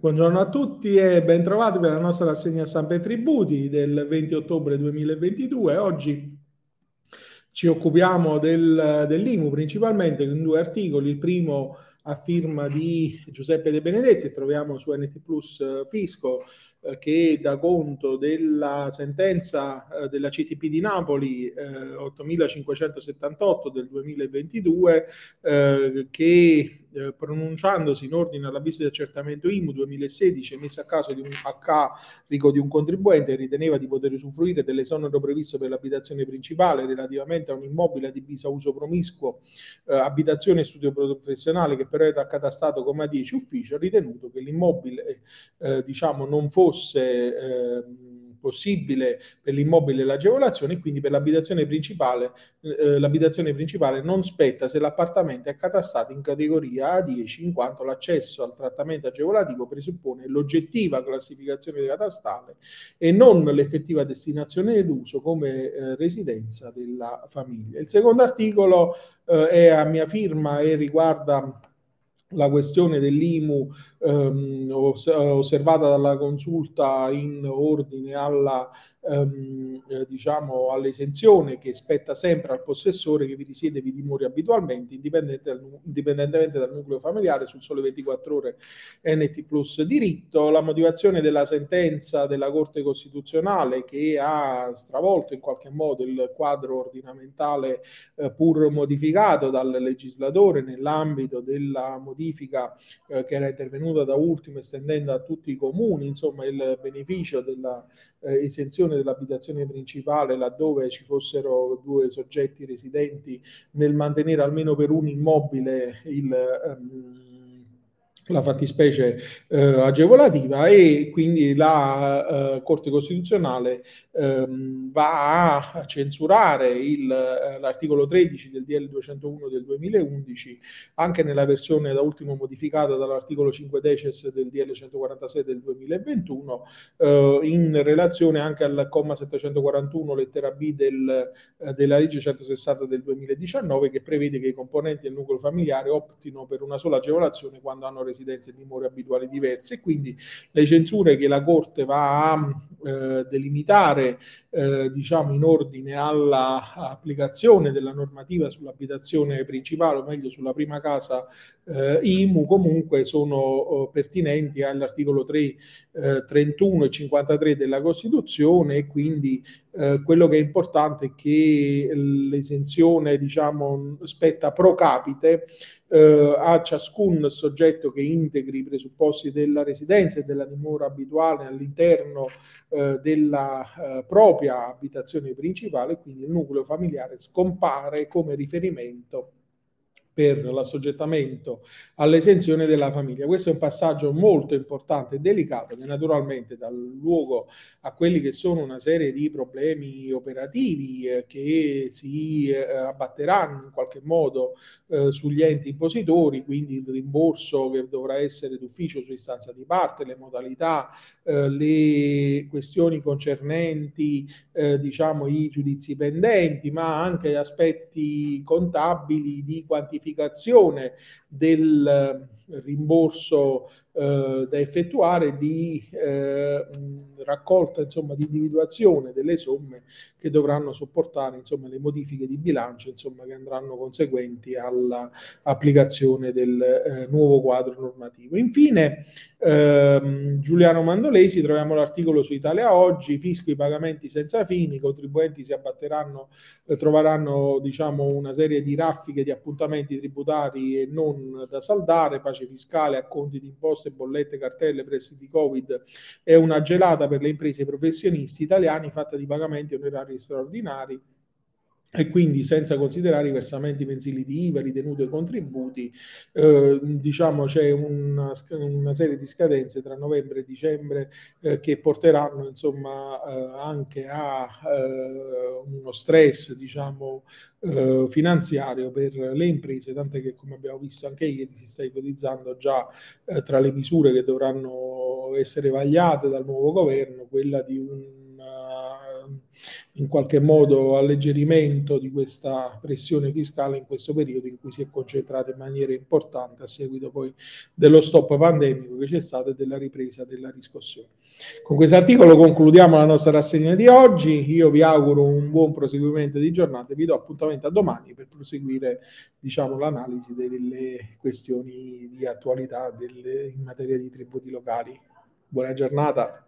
Buongiorno a tutti e bentrovati per la nostra rassegna stampa e tributi del 20 ottobre 2022. Oggi ci occupiamo dell'IMU principalmente con due articoli. Il primo a firma di Giuseppe De Benedetti, troviamo su NT Plus Fisco, che dà conto della sentenza della CTP di Napoli 8578 del 2022 che pronunciandosi in ordine all'avviso di accertamento IMU 2016 emesso a carico di un contribuente, riteneva di poter usufruire dell'esonero previsto per l'abitazione principale relativamente a un immobile adibito a uso promiscuo, abitazione e studio professionale, che però era accatastato come A10 ufficio. Ha ritenuto che l'immobile non fosse possibile per l'immobile l'agevolazione, e quindi per l'abitazione principale non spetta se l'appartamento è accatastato in categoria A10, in quanto l'accesso al trattamento agevolativo presuppone l'oggettiva classificazione catastale e non l'effettiva destinazione dell'uso come residenza della famiglia. Il secondo articolo è a mia firma e riguarda la questione dell'IMU osservata dalla consulta in ordine alla all'esenzione che spetta sempre al possessore che vi risiede e vi dimori abitualmente, indipendentemente dal nucleo familiare. Sul Sole 24 Ore NT Plus Diritto. La motivazione della sentenza della Corte Costituzionale, che ha stravolto in qualche modo il quadro ordinamentale pur modificato dal legislatore nell'ambito della modifica che era intervenuta da ultimo, estendendo a tutti i comuni il beneficio della esenzione dell'abitazione principale laddove ci fossero due soggetti residenti, nel mantenere almeno per un immobile la fattispecie agevolativa, e quindi la Corte Costituzionale va a censurare l'articolo 13 del DL 201 del 2011, anche nella versione da ultimo modificata dall'articolo 5 decies del DL 146 del 2021, in relazione anche al comma 741 lettera B della legge 160 del 2019, che prevede che i componenti del nucleo familiare optino per una sola agevolazione quando hanno residenze e dimore abituali diverse. E quindi le censure che la Corte va a delimitare in ordine all'applicazione della normativa sull'abitazione principale, o meglio sulla prima casa IMU, comunque sono pertinenti all'articolo 3, 31 e 53 della Costituzione, e quindi quello che è importante è che l'esenzione spetta pro capite a ciascun soggetto che integri i presupposti della residenza e della dimora abituale all'interno della propria abitazione principale. Quindi il nucleo familiare scompare come riferimento per l'assoggettamento all'esenzione della famiglia. Questo è un passaggio molto importante e delicato, che naturalmente dà luogo a quelli che sono una serie di problemi operativi che si abbatteranno in qualche modo sugli enti impositori, quindi il rimborso che dovrà essere d'ufficio su istanza di parte, le modalità, le questioni concernenti i giudizi pendenti, ma anche aspetti contabili di quantificazione del rimborso da effettuare, di raccolta, di individuazione delle somme che dovranno sopportare le modifiche di bilancio che andranno conseguenti all'applicazione del nuovo quadro normativo. Infine Giuliano Mandolesi, troviamo l'articolo su Italia Oggi. Fisco i pagamenti senza fini, i contribuenti troveranno una serie di raffiche di appuntamenti tributari e non da saldare, pace fiscale, acconti di imposte, bollette, cartelle, prestiti Covid e una gelata per le imprese e i professionisti italiani fatta di pagamenti onerari straordinari, e quindi senza considerare i versamenti mensili di IVA, ritenuti e contributi. C'è una serie di scadenze tra novembre e dicembre che porteranno anche a uno stress finanziario per le imprese, tant'è che, come abbiamo visto anche ieri, si sta ipotizzando già tra le misure che dovranno essere vagliate dal nuovo governo quella di un in qualche modo alleggerimento di questa pressione fiscale in questo periodo in cui si è concentrata in maniera importante a seguito poi dello stop pandemico che c'è stato e della ripresa della riscossione. Con questo articolo concludiamo la nostra rassegna di oggi. Io vi auguro un buon proseguimento di giornata e vi do appuntamento a domani per proseguire, diciamo, l'analisi delle questioni di attualità in materia di tributi locali. Buona giornata.